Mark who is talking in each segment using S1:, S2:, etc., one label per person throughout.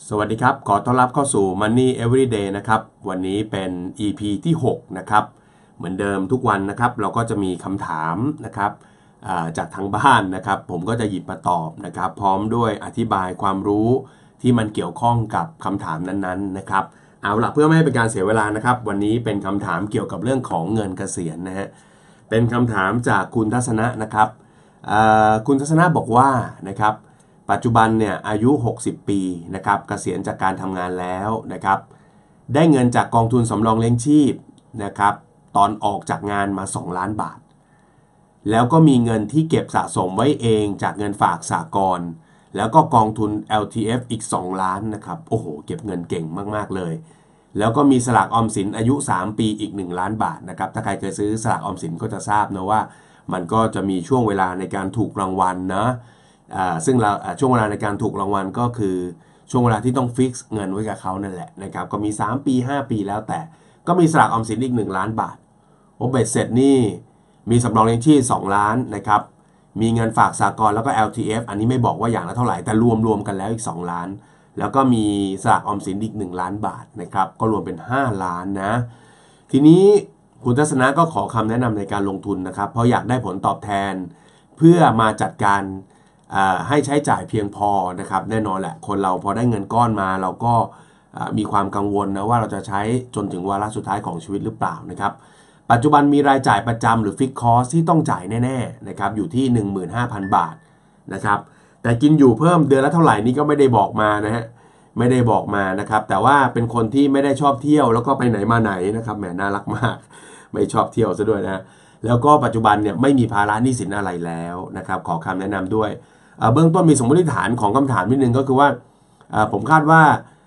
S1: สวัสดีครับขอต้อนรับเข้าสู่ Money Everyday นะครับวันนี้เป็น EP ที่6นะครับเหมือนเดิมทุกวันนะครับเราก็จะมีคำถามนะครับจากทางบ้านนะครับผมก็จะหยิบมาตอบนะครับพร้อมด้วยอธิบายความรู้ที่มันเกี่ยวข้องกับคำถามนั้นๆนะครับเอาล่ะเพื่อไม่ให้เป็นการเสียเวลานะครับวันนี้เป็นคำถามเกี่ยวกับเรื่องของเงินเกษียณนะฮะเป็นคำถามจากคุณทัศนะนะครับคุณทัศนะบอกว่านะครับปัจจุบันเนี่ยอายุ 60 ปีนะครับเกษียณจากการทำงานแล้วนะครับได้เงินจากกองทุนสำรองเลี้ยงชีพนะครับตอนออกจากงานมา2 ล้านบาทแล้วก็มีเงินที่เก็บสะสมไว้เองจากเงินฝากสหกรณ์แล้วก็กองทุน LTF อีก2 ล้านนะครับโอ้โหเก็บเงินเก่งมากๆเลยแล้วก็มีสลากออมสินอายุ3 ปีอีก1 ล้านบาทนะครับถ้าใครเคยซื้อสลากออมสินก็จะทราบนะว่ามันก็จะมีช่วงเวลาในการถูกรางวัลนะซึ่งช่วงเวลาในการถูกรางวัลก็คือช่วงเวลาที่ต้องฟิกซ์เงินไว้กับเขานั่นแหละนะครับก็มี3 ปี5 ปีแล้วแต่ก็มีสลากออมสินอีก1 ล้านบาทโอ้เบ็ดเสร็จนี่มีสำรองเลี้ยงชีพ2 ล้านนะครับมีเงินฝากสหกรณ์แล้วก็ LTF อันนี้ไม่บอกว่าอย่างละเท่าไหร่แต่รวมกันแล้วอีก2 ล้านแล้วก็มีสลากออมสินอีก1 ล้านบาทนะครับก็รวมเป็น5 ล้านนะทีนี้คุณทัศนะก็ขอคำแนะนำในการลงทุนนะครับเพราะอยากได้ผลตอบแทนเพื่อมาจัดการให้ใช้จ่ายเพียงพอนะครับแน่นอนแหละคนเราพอได้เงินก้อนมาเราก็มีความกังวลนะว่าเราจะใช้จนถึงวาระสุดท้ายของชีวิตหรือเปล่านะครับปัจจุบันมีรายจ่ายประจำหรือฟิกคอสที่ต้องจ่ายแน่ๆนะครับอยู่ที่ 15,000 บาทนะครับแต่กินอยู่เพิ่มเดือนละเท่าไหร่นี่ก็ไม่ได้บอกมานะฮะไม่ได้บอกมานะครับแต่ว่าเป็นคนที่ไม่ได้ชอบเที่ยวแล้วก็ไปไหนมาไหนนะครับแหมน่ารักมากไม่ชอบเที่ยวซะด้วยนะแล้วก็ปัจจุบันเนี่ยไม่มีภาระหนี้สินอะไรแล้วนะครับขอคำแนะนำด้วยเบื้องต้นมีสมมติฐานของคำถามนิดนึงก็คือว่าผมคาดว่า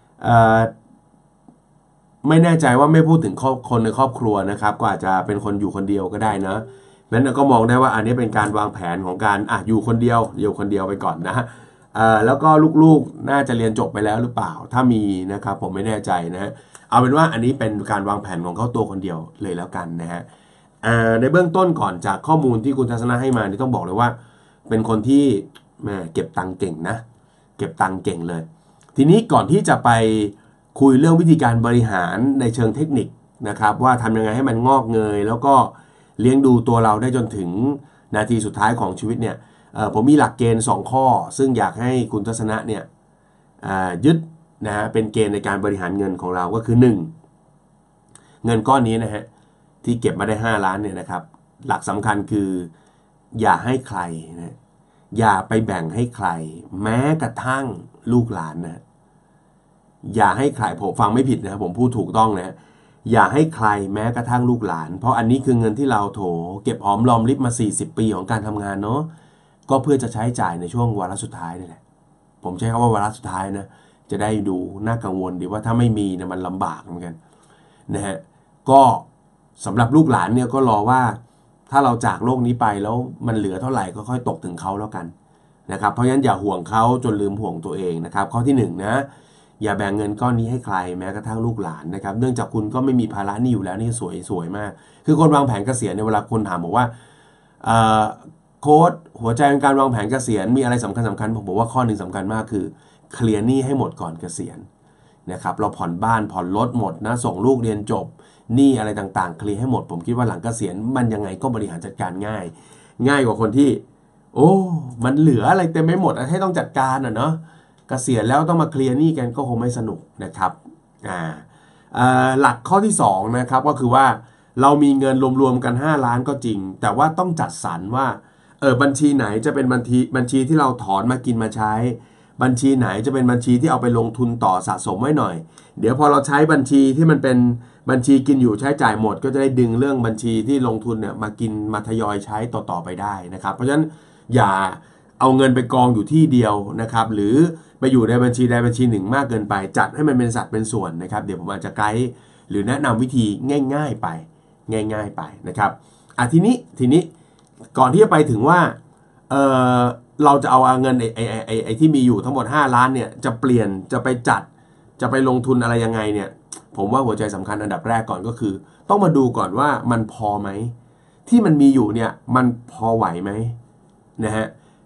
S1: ไม่แน่ใจว่าไม่พูดถึงคนในครอบครัวนะครับก็อาจจะเป็นคนอยู่คนเดียวก็ได้นะนั้นก็มองได้ว่าอันนี้เป็นการวางแผนของการอยู่คนเดียวไปก่อนนะแล้วก็ลูกๆน่าจะเรียนจบไปแล้วหรือเปล่าถ้ามีนะครับผมไม่แน่ใจนะเอาเป็นว่าอันนี้เป็นการวางแผนของเขาตัวคนเดียวเลยแล้วกันนะฮะในเบื้องต้นก่อนจากข้อมูลที่คุณทัศนะให้มานี่ต้องบอกเลยว่าเป็นคนที่เก็บตังค์เก่งนะเก็บตังค์เก่งเลยทีนี้ก่อนที่จะไปคุยเรื่องวิธีการบริหารในเชิงเทคนิคนะครับว่าทำยังไงให้มันงอกเงยแล้วก็เลี้ยงดูตัวเราได้จนถึงนาทีสุดท้ายของชีวิตเนี่ยผมมีหลักเกณฑ์2 ข้อซึ่งอยากให้คุณทัศนะเนี่ยยึดนะฮะเป็นเกณฑ์ในการบริหารเงินของเราก็คือ1เงินก้อนนี้นะฮะที่เก็บมาได้5 ล้านเนี่ยนะครับหลักสำคัญคืออย่าให้ใครนะอย่าไปแบ่งให้ใครแม้กระทั่งลูกหลานนะอย่าให้ใครผมฟังไม่ผิดนะผมพูดถูกต้องนะอย่าให้ใครแม้กระทั่งลูกหลานเพราะอันนี้คือเงินที่เราเก็บหอมรอมริบมา40 ปีของการทำงานเนาะก็เพื่อจะใช้จ่ายในช่วงวาระสุดท้ายนี่แหละผมใช้คำว่าวาระสุดท้ายนะจะได้ดูน่ากังวลดีว่าถ้าไม่มีนะมันลำบากเหมือนกันนะฮะก็สำหรับลูกหลานเนี่ยก็รอว่าถ้าเราจากโลกนี้ไปแล้วมันเหลือเท่าไหร่ก็ค่อยตกถึงเขาแล้วกันนะครับเพราะฉะนั้นอย่าห่วงเขาจนลืมห่วงตัวเองนะครับข้อที่1นะอย่าแบ่งเงินก้อนนี้ให้ใครแม้กระทั่งลูกหลานนะครับเนื่องจากคุณก็ไม่มีภาระหนี้อยู่แล้วนี่สวยมากคือคนวางแผนเกษียณในเวลาคนถามบอกว่าโค้ดหัวใจในการวางแผนเกษียณมีอะไรสำคัญผมบอกว่าข้อหนึ่งสำคัญมากคือเคลียร์หนี้ให้หมดก่อนเกษียณนะครับเราผ่อนบ้านผ่อนรถหมดนะส่งลูกเรียนจบหนี้อะไรต่างๆเคลียร์ให้หมดผมคิดว่าหลังเกษียณมันยังไงก็บริหารจัดการง่ายกว่าคนที่โอ้มันเหลืออะไรเต็มไปหมดให้ต้องจัดการเนาะเกษียณแล้วต้องมาเคลียร์หนี้กันก็คงไม่สนุกนะครับหลักข้อที่2นะครับก็คือว่าเรามีเงินรวมๆกัน5 ล้านก็จริงแต่ว่าต้องจัดสรรว่าบัญชีไหนจะเป็นบัญชีที่เราถอนมากินมาใช้บัญชีไหนจะเป็นบัญชีที่เอาไปลงทุนต่อสะสมไว้หน่อยเดี๋ยวพอเราใช้บัญชีที่มันเป็นบัญชีกินอยู่ใช้จ่ายหมดก็จะได้ดึงเรื่องบัญชีที่ลงทุนเนี่ยมากินมาทยอยใช้ต่อไปได้นะครับเพราะฉะนั้นอย่าเอาเงินไปกองอยู่ที่เดียวนะครับหรือไปอยู่ในบัญชีใดบัญชีหนึ่งมากเกินไปจัดให้มันเป็นสัดเป็นส่วนนะครับเดี๋ยวผมอาจจะไกด์หรือแนะนำวิธีง่ายๆไปนะครับทีนี้ก่อนที่จะไปถึงว่าเราจะเอาเงินไอ้ที่มีอยู่ทั้งหมด5 ล้านเนี่ยจะเปลี่ยนจะไปจัดจะไปลงทุนอะไรยังไงเนี่ยผมว่าหัวใจสำคัญอันดับแรกก่อนก็คือต้องมาดูก่อนว่ามันพอไหมที่มันมีอยู่เนี่ยมันพอไหวไหมนะฮะ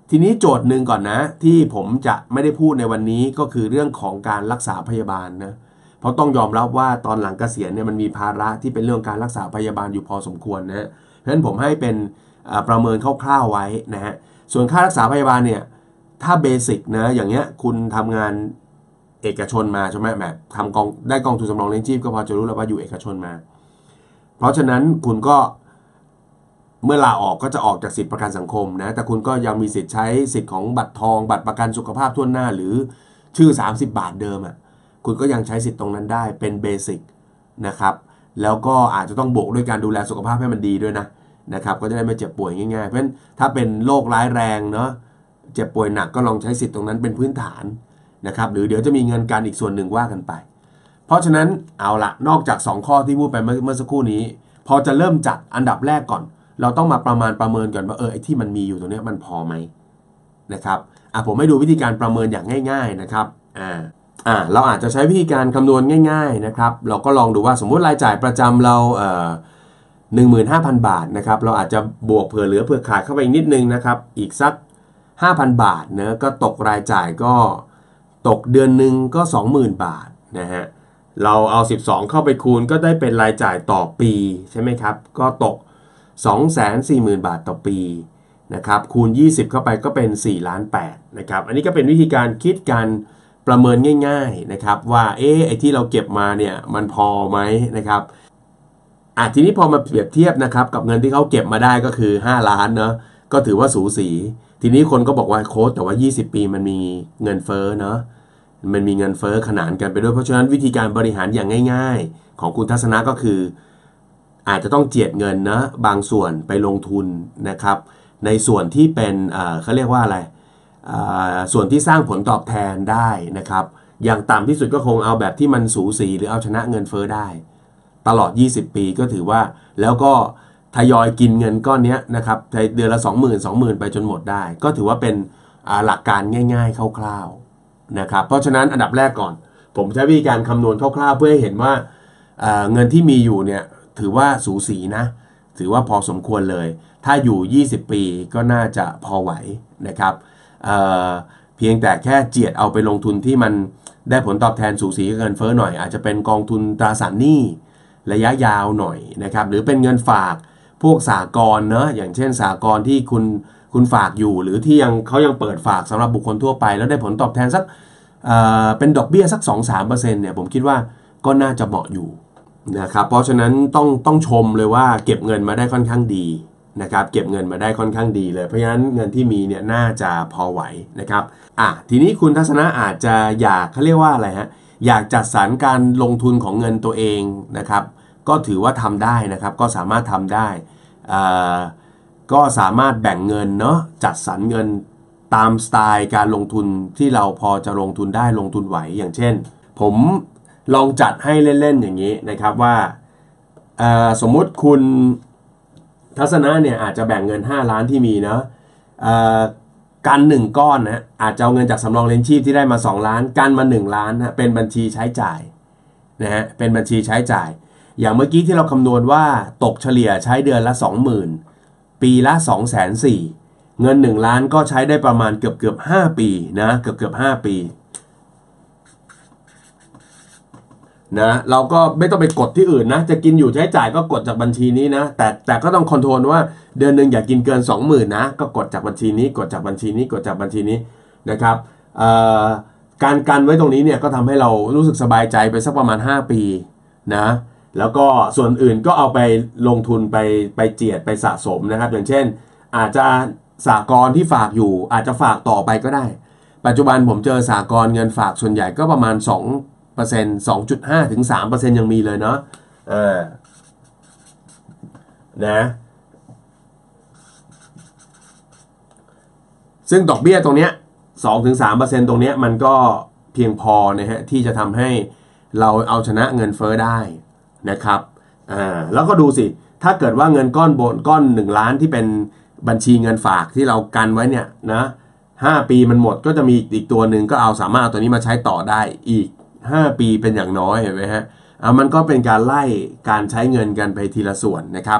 S1: ทีนี้โจทย์หนึ่งก่อนนะที่ผมจะไม่ได้พูดในวันนี้ก็คือเรื่องของการรักษาพยาบาลนะเพราะต้องยอมรับว่าตอนหลังเกษียณเนี่ยมันมีภาระที่เป็นเรื่องการรักษาพยาบาลอยู่พอสมควรนะเพราะฉะนั้นผมให้เป็นประเมินคร่าวๆไว้นะฮะส่วนค่ารักษาพยาบาลเนี่ยถ้าเบสิกนะอย่างเงี้ยคุณทำงานเอกชนมาใช่ไหมแบบทำได้กองทุนสำรองเลี้ยงชีพก็พอจะรู้แล้วว่าอยู่เอกชนมาเพราะฉะนั้นคุณก็เมื่อลาออกก็จะออกจากสิทธิประกันสังคมนะแต่คุณก็ยังมีสิทธิ์ใช้สิทธิ์ของบัตรทองบัตรประกันสุขภาพทั่วหน้าหรือชื่อ30 บาทเดิมอ่ะคุณก็ยังใช้สิทธิ์ตรงนั้นได้เป็นเบสิกนะครับแล้วก็อาจจะต้องบวกด้วยการดูแลสุขภาพให้มันดีด้วยนะครับก็จะได้ไม่เจ็บป่วยง่ายๆเพราะฉะนั้นถ้าเป็นโรคร้ายแรงเนาะเจ็บป่วยหนักก็ลองใช้สิทธิ์ตรงนั้นเป็นพื้นฐานนะครับหรือเดี๋ยวจะมีเงินการอีกส่วนหนึ่งว่ากันไปเพราะฉะนั้นเอาละนอกจาก2ข้อที่พูดไปเมื่อสักครู่นี้พอจะเริ่มจัดอันดับแรกก่อนเราต้องมาประเมินก่อนว่าไอ้ที่มันมีอยู่ตรงนี้มันพอไหมนะครับผมให้ดูวิธีการประเมินอย่างง่ายๆนะครับเราอาจจะใช้วิธีการคำนวณง่ายๆนะครับเราก็ลองดูว่าสมมุติรายจ่ายประจำเรา15,000 บาทนะครับเราอาจจะบวกเผื่อเหลือเผื่อขาดเข้าไปอีกนิดนึงนะครับอีกสัก 5,000 บาทนะก็ตกรายจ่ายก็ตกเดือนหนึ่งก็ 20,000 บาทนะฮะเราเอา12เข้าไปคูณก็ได้เป็นรายจ่ายต่อปีใช่ไหมครับก็ตก240,000 บาทต่อปีนะครับคูณ20เข้าไปก็เป็น4.8 ล้านนะครับอันนี้ก็เป็นวิธีการคิดการประเมินง่ายๆนะครับว่าไอ้ที่เราเก็บมาเนี่ยมันพอไหมนะครับทีนี้พอมาเปรียบเทียบนะครับกับเงินที่เขาเก็บมาได้ก็คือ5 ล้านเนาะก็ถือว่าสูสีทีนี้คนก็บอกว่าโค้ชแต่ว่า20 ปีมันมีเงินเฟ้อเนาะมันมีเงินเฟ้อขนานกันไปด้วยเพราะฉะนั้นวิธีการบริหารอย่างง่ายๆของคุณทัศนะก็คืออาจจะต้องเจียดเงินนะบางส่วนไปลงทุนนะครับในส่วนที่เป็นเขาเรียกว่าอะไรส่วนที่สร้างผลตอบแทนได้นะครับอย่างต่ำที่สุดก็คงเอาแบบที่มันสูสีหรือเอาชนะเงินเฟ้อได้ตลอด20 ปีก็ถือว่าแล้วก็ทยอยกินเงินก้อนนี้นะครับเดือนละ 20,000 ไปจนหมดได้ก็ถือว่าเป็นหลักการง่ายๆคร่าวๆนะครับเพราะฉะนั้นอันดับแรกก่อนผมใช้วิธีการคำนวณคร่าวๆเพื่อให้เห็นว่าเงินที่มีอยู่เนี่ยถือว่าสูสีนะถือว่าพอสมควรเลยถ้าอยู่20 ปีก็น่าจะพอไหวนะครับเพียงแต่แค่เจียดเอาไปลงทุนที่มันได้ผลตอบแทนสูสีกับเงินเฟ้อหน่อยอาจจะเป็นกองทุนตราสารหนี้ระยะยาวหน่อยนะครับหรือเป็นเงินฝากพวกสหกรณ์เนาะอย่างเช่นสหกรณ์ที่คุณฝากอยู่หรือที่เขายังเปิดฝากสำหรับบุคคลทั่วไปแล้วได้ผลตอบแทนสักเป็นดอกเบี้ยสัก 2-3% เนี่ยผมคิดว่าก็น่าจะเหมาะอยู่นะครับเพราะฉะนั้นต้องชมเลยว่าเก็บเงินมาได้ค่อนข้างดีนะครับเก็บเงินมาได้ค่อนข้างดีเลยเพราะฉะนั้นเงินที่มีเนี่ยน่าจะพอไหวนะครับทีนี้คุณทัศนะอาจจะอยากเขาเรียกว่าอะไรฮะอยากจัดสรรการลงทุนของเงินตัวเองนะครับก็ถือว่าทำได้นะครับก็สามารถทำได้ก็สามารถแบ่งเงินเนาะจัดสรรเงินตามสไตล์การลงทุนที่เราพอจะลงทุนได้ลงทุนไหวอย่างเช่นผมลองจัดให้เล่นๆอย่างนี้นะครับว่าสมมุติคุณทัศนะเนี่ยอาจจะแบ่งเงิน5 ล้านที่มีเนาะกัน1 ก้อนนะอาจจะเอาเงินจากสำรองเลี้ยงชีพที่ได้มา2 ล้านกันมา1 ล้านนะเป็นบัญชีใช้จ่ายนะฮะเป็นบัญชีใช้จ่ายอย่างเมื่อกี้ที่เราคำนวณว่าตกเฉลี่ยใช้เดือนละ 20,000 ปีละ 240,000 เงิน1 ล้านก็ใช้ได้ประมาณเกือบ5 ปีนะเกือบ5 ปีนะเราก็ไม่ต้องไปกดที่อื่นนะจะกินอยู่ใช้จ่ายก็กดจากบัญชีนี้นะแต่ก็ต้องคอนโทรลว่าเดือนหนึ่งอย่ากินเกิน 20,000 นะก็กดจากบัญชีนี้กดจากบัญชีนี้กดจากบัญชีนี้นะครับการกันไว้ตรงนี้เนี่ยก็ทำให้เรารู้สึกสบายใจไปสักประมาณ5 ปีนะแล้วก็ส่วนอื่นก็เอาไปลงทุนไปเจียดไปสะสมนะครับอย่างเช่นอาจจะสหกรณ์ที่ฝากอยู่อาจจะฝากต่อไปก็ได้ปัจจุบันผมเจอสหกรณ์เงินฝากส่วนใหญ่ก็ประมาณ2% ถึง 3% ยังมีเลยเนาะนะซึ่งดอกเบี้ยตรงเนี้ย 2-3% ตรงเนี้ยมันก็เพียงพอนะฮะที่จะทำให้เราเอาชนะเงินเฟ้อได้นะครับแล้วก็ดูสิถ้าเกิดว่าเงินก้อน1 ล้านที่เป็นบัญชีเงินฝากที่เรากันไว้เนี่ยนะ5 ปีมันหมดก็จะมีอีกตัวหนึ่งก็สามารถเอาตัวนี้มาใช้ต่อได้อีก5 ปีเป็นอย่างน้อยเห็นไหมฮะมันก็เป็นการไล่การใช้เงินกันไปทีละส่วนนะครับ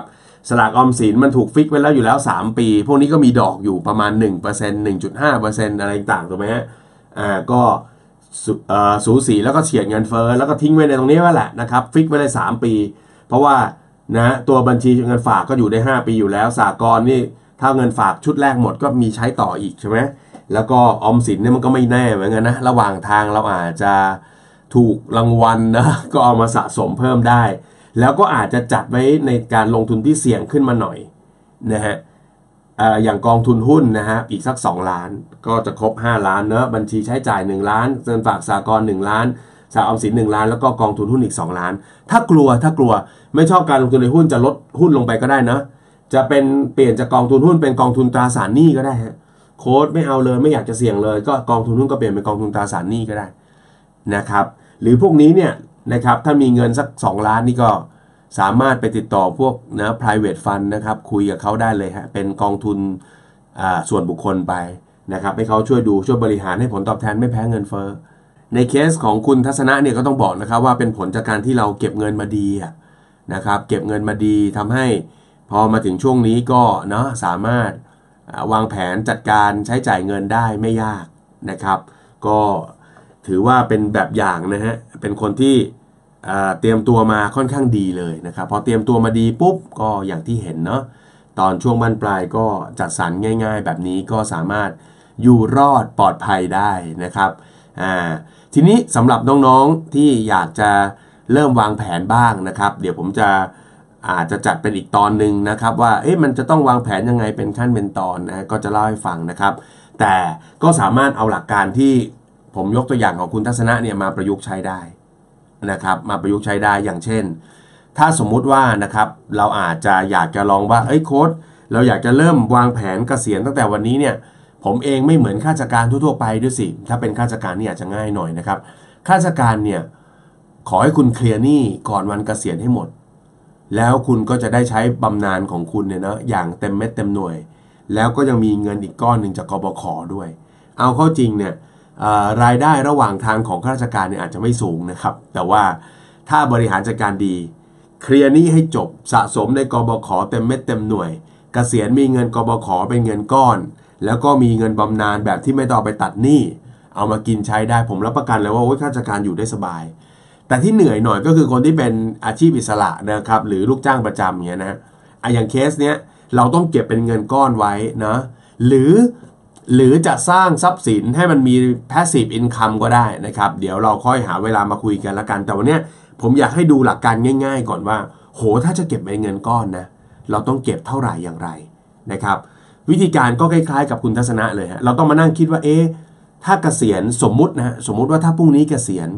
S1: สลากออมสินมันถูกฟิกไว้แล้วอยู่แล้ว3ปีพวกนี้ก็มีดอกอยู่ประมาณ 1% 1.5% อะไรต่างถูกไหมฮะก็สูสีแล้วก็เฉียดเงินเฟ้อแล้วก็ทิ้งไว้ในตรงนี้ว่าแหละนะครับฟิกไว้เลย3ปีเพราะว่านะตัวบัญชีเงินฝากก็อยู่ได้5ปีอยู่แล้วสหกรณ์นี่ถ้าเงินฝากชุดแรกหมดก็มีใช้ต่ออีกใช่ไหมแล้วก็ออมสินเนี่ยมันก็ไม่แน่เหมือนกันนะระหว่างทางเราอาจจะถูกรางวัลนะก็เอามาสะสมเพิ่มได้แล้วก็อาจจะจัดไว้ในการลงทุนที่เสี่ยงขึ้นมาหน่อยนะฮะอย่างกองทุนหุ้นนะฮะอีกสัก2ล้านก็จะครบ5ล้านเนอะบัญชีใช้จ่าย1ล้านเงินฝากสหกรณ์1ล้านสหออมสิน1ล้านแล้วก็กองทุนหุ้นอีก2ล้านถ้ากลัวไม่ชอบการลงทุนในหุ้นจะลดหุ้นลงไปก็ได้นะจะเป็นเปลี่ยนจากกองทุนหุ้นเป็นกองทุนตราสารหนี้ก็ได้ฮะโค้ดไม่เอาเลยไม่อยากจะเสี่ยงเลยก็กองทุนหุ้นก็เปลี่ยนเป็นกองทุนตราสารหนี้ก็ได้นะครับหรือพวกนี้เนี่ยนะครับถ้ามีเงินสัก2ล้านนี่ก็สามารถไปติดต่อพวกนะ private fund นะครับคุยกับเขาได้เลยฮะเป็นกองทุนส่วนบุคคลไปนะครับให้เขาช่วยดูช่วยบริหารให้ผลตอบแทนไม่แพ้เงินเฟ้อในเคสของคุณทัศนะเนี่ยก็ต้องบอกนะครับว่าเป็นผลจากการที่เราเก็บเงินมาดีนะครับเก็บเงินมาดีทำให้พอมาถึงช่วงนี้ก็เนาะสามารถวางแผนจัดการใช้จ่ายเงินได้ไม่ยากนะครับก็ถือว่าเป็นแบบอย่างนะฮะเป็นคนที่เตรียมตัวมาค่อนข้างดีเลยนะครับพอเตรียมตัวมาดีปุ๊บก็อย่างที่เห็นเนาะตอนช่วงบั้นปลายก็จัดสรรง่ายๆแบบนี้ก็สามารถอยู่รอดปลอดภัยได้นะครับทีนี้สำหรับน้องๆที่อยากจะเริ่มวางแผนบ้างนะครับเดี๋ยวผมอาจจะจัดเป็นอีกตอนหนึ่งนะครับว่ามันจะต้องวางแผนยังไงเป็นขั้นเป็นตอนนะก็จะเล่าให้ฟังนะครับแต่ก็สามารถเอาหลักการที่ผมยกตัวอย่างของคุณทัศนะเนี่ยมาประยุกต์ใช้ได้นะครับมาประยุกต์ใช้ได้อย่างเช่นถ้าสมมุติว่านะครับเราอาจจะอยากจะลองว่าโค้ดเราอยากจะเริ่มวางแผนเกษียณตั้งแต่วันนี้เนี่ยผมเองไม่เหมือนข้าราชการทั่วๆไปด้วยสิถ้าเป็นข้าราชการนี่อาจจะง่ายหน่อยนะครับข้าราชการเนี่ยขอให้คุณเคลียร์หนี้ก่อนวันเกษียณให้หมดแล้วคุณก็จะได้ใช้บำนาญของคุณเนี่ยนะอย่างเต็มเม็ดเต็มหน่วยแล้วก็ยังมีเงินอีกก้อนหนึ่งจากกบข.ด้วยเอาเข้าจริงเนี่ยรายได้ระหว่างทางของข้าราชการเนี่ยอาจจะไม่สูงนะครับแต่ว่าถ้าบริหารจัดการดีเคลียร์หนี้ให้จบสะสมในกบข.เต็มเม็ดเต็มหน่วยเกษียณมีเงินกบข.เป็นเงินก้อนแล้วก็มีเงินบำนาญแบบที่ไม่ต้องไปตัดหนี้เอามากินใช้ได้ผมรับประกันเลยว่าข้าราชการอยู่ได้สบายแต่ที่เหนื่อยหน่อยก็คือคนที่เป็นอาชีพอิสระนะครับหรือลูกจ้างประจำอย่างเงี้ยนะอย่างเคสเนี้ยเราต้องเก็บเป็นเงินก้อนไว้นะหรือจะสร้างทรัพย์สินให้มันมี passive income ก็ได้นะครับเดี๋ยวเราค่อยหาเวลามาคุยกันละกันแต่วันนี้ผมอยากให้ดูหลักการง่ายๆก่อนว่าถ้าจะเก็บเป็นเงินก้อนนะเราต้องเก็บเท่าไหร่อย่างไรนะครับวิธีการก็คล้ายๆกับคุณทัศนะเลยฮะเราต้องมานั่งคิดว่าถ้าเกษียณสมมุติว่าถ้าพรุ่งนี้เกษียณ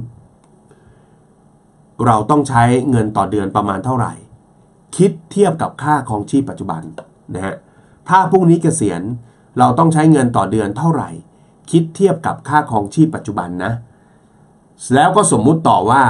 S1: เราต้องใช้เงินต่อเดือนประมาณเท่าไหร่คิดเทียบกับค่าครองชีพปัจจุบันนะฮะถ้าพรุ่งนี้เกษียณเราต้องใช้เงินต่อเดือนเท่าไหร่คิดเทียบกับค่าครองชีพปัจจุบันนะแล้วก็สมมุติต่อว่า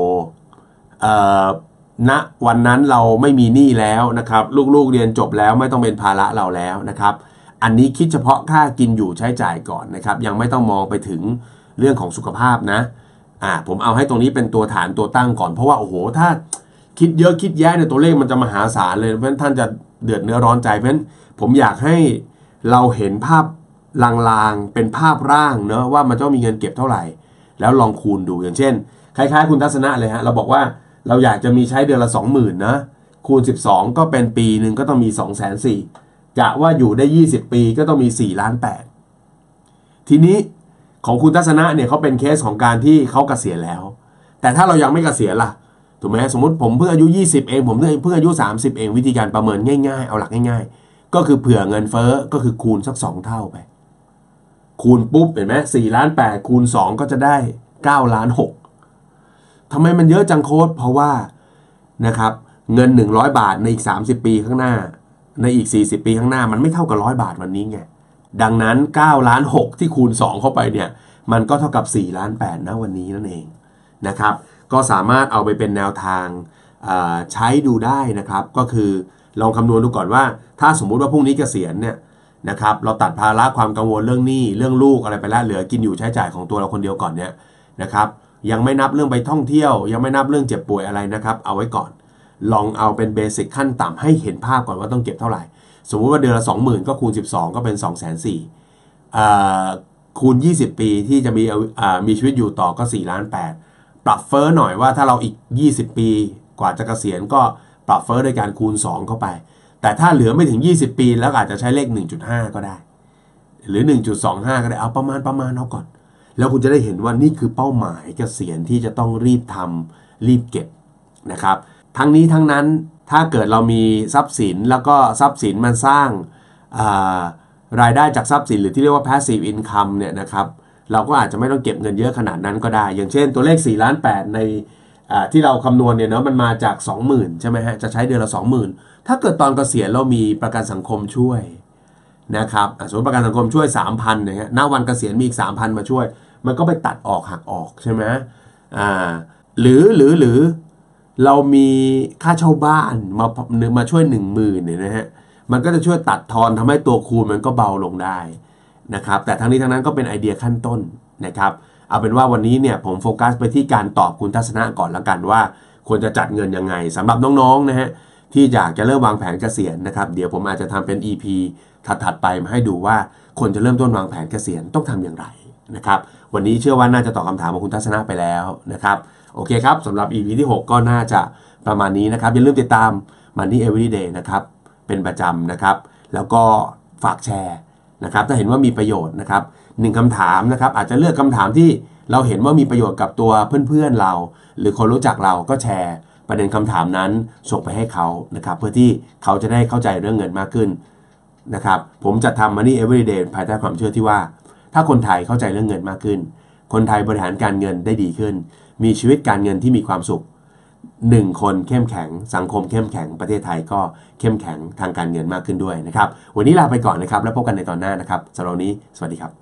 S1: ณวันนั้นเราไม่มีหนี้แล้วนะครับลูกๆเรียนจบแล้วไม่ต้องเป็นภาระเราแล้วนะครับอันนี้คิดเฉพาะค่ากินอยู่ใช้จ่ายก่อนนะครับยังไม่ต้องมองไปถึงเรื่องของสุขภาพนะผมเอาให้ตรงนี้เป็นตัวฐานตัวตั้งก่อนเพราะว่าถ้าคิดเยอะคิดแยะในตัวเลขมันจะมหาศาลเลยเพราะฉะนั้นท่านจะเดือดเนื้อร้อนใจเพราะฉะนั้นผมอยากให้เราเห็นภาพลางๆเป็นภาพร่างเนอะว่ามันต้องมีเงินเก็บเท่าไหร่แล้วลองคูณดูอย่างเช่นคล้ายๆคุณทัศนะเลยฮะเราบอกว่าเราอยากจะมีใช้เดือนละ 20,000 นะคูณ12ก็เป็นปีหนึ่งก็ต้องมี 240,000 กะว่าอยู่ได้20ปีก็ต้องมี4.8 ล้านทีนี้ของคุณทัศนะเนี่ยเขาเป็นเคสของการที่เขาเกษียณแล้วแต่ถ้าเรายังไม่เกษียณล่ะถูกไหมสมมติผมเพิ่งอายุ20เองผมเพิ่งอายุ30เองวิธีการประเมินง่ายๆเอาหลักง่ายๆก็คือเผื่อเงินเฟ้อก็คือคูณสัก2เท่าไปคูณปุ๊บเห็นไหม4.8 ล้านคูณ2ก็จะได้9.6 ล้านทำไมมันเยอะจังโค้ดเพราะว่านะครับเงิน100 บาทในอีก30ปีข้างหน้าในอีก40ปีข้างหน้ามันไม่เท่ากับ100 บาทวันนี้ไงดังนั้น9.6 ล้านที่คูณ2เข้าไปเนี่ยมันก็เท่ากับ4.8 ล้านนะวันนี้นั่นเองนะครับก็สามารถเอาไปเป็นแนวทางใช้ดูได้นะครับก็คือลองคำนวณดูก่อนว่าถ้าสมมุติว่าพรุ่งนี้เกษียณเนี่ยนะครับเราตัดภาระความกังวลเรื่องหนี้เรื่องลูกอะไรไปแล้วเหลือกินอยู่ใช้จ่ายของตัวเราคนเดียวก่อนเนี่ยนะครับยังไม่นับเรื่องไปท่องเที่ยวยังไม่นับเรื่องเจ็บป่วยอะไรนะครับเอาไว้ก่อนลองเอาเป็นเบสิกขั้นต่ำให้เห็นภาพก่อนว่าต้องเก็บเท่าไหร่สมมุติว่าเดือนละ 20,000 ก็คูณ12ก็เป็น 240,000คูณ20 ปีที่จะมีชีวิตอยู่ต่อก็4.8 ล้านปรับเฟ้อหน่อยว่าถ้าเราอีก20 ปีกว่าจะเกษียณก็ปรับเฟ้อโดยการคูณ2เข้าไปแต่ถ้าเหลือไม่ถึง20 ปีแล้วอาจจะใช้เลข 1.5 ก็ได้หรือ 1.25 ก็ได้เอาประมาณเอาก่อนแล้วคุณจะได้เห็นว่านี่คือเป้าหมายเกษียณที่จะต้องรีบทำรีบเก็บนะครับทั้งนี้ทั้งนั้นถ้าเกิดเรามีทรัพย์สินแล้วก็ทรัพย์สินมันสร้างรายได้จากทรัพย์สินหรือที่เรียกว่า passive income เนี่ยนะครับเราก็อาจจะไม่ต้องเก็บเงินเยอะขนาดนั้นก็ได้อย่างเช่นตัวเลข4.8 ล้านในที่เราคำนวณเนี่ยเนาะมันมาจาก 20,000 ใช่ไหมฮะจะใช้เดือนละ 20,000 ถ้าเกิดตอนเกษียณเรามีประกันสังคมช่วยนะครับสมมติประกันสังคมช่วย 3,000 นะฮะณวันเกษียณมีอีก 3,000 มาช่วยมันก็ไปตัดออกหักออกใช่ไหมหรือเรามีค่าเช่าบ้านมาช่วย 10,000 เนี่ยนะฮะมันก็จะช่วยตัดทอนทำให้ตัวคูณมันก็เบาลงได้นะครับแต่ทั้งนี้ทั้งนั้นก็เป็นไอเดียขั้นต้นนะครับเอาเป็นว่าวันนี้เนี่ยผมโฟกัสไปที่การตอบคุณทัศนะก่อนละกันว่าควรจะจัดเงินยังไงสำหรับน้องๆนะฮะที่อยากจะเริ่มวางแผนเกษียณนะครับเดี๋ยวผมอาจจะทำเป็น EP ถัดไปมาให้ดูว่าคนจะเริ่มต้นวางแผนเกษียณต้องทำอย่างไรนะครับวันนี้เชื่อว่าน่าจะตอบคำถามของคุณทัศนะไปแล้วนะครับโอเคครับสำหรับ EP ที่ 6 ก็น่าจะประมาณนี้นะครับอย่าลืมติดตาม Money Everyday นะครับเป็นประจำนะครับแล้วก็ฝากแชร์นะครับถ้าเห็นว่ามีประโยชน์นะครับ1คำถามนะครับอาจจะเลือกคำถามที่เราเห็นว่ามีประโยชน์กับตัวเพื่อนๆเราหรือคนรู้จักเราก็แชร์ประเด็นคำถามนั้นส่งไปให้เขานะครับเพื่อที่เขาจะได้เข้าใจเรื่องเงินมากขึ้นนะครับผมจะทำ Money Everyday ภายใต้ความเชื่อที่ว่าถ้าคนไทยเข้าใจเรื่องเงินมากขึ้นคนไทยบริหารการเงินได้ดีขึ้นมีชีวิตการเงินที่มีความสุข1 คนเข้มแข็งสังคมเข้มแข็งประเทศไทยก็เข้มแข็งทางการเงินมากขึ้นด้วยนะครับวันนี้ลาไปก่อนนะครับแล้วพบกันในตอนหน้านะครับสำหรับวันนี้สวัสดีครับ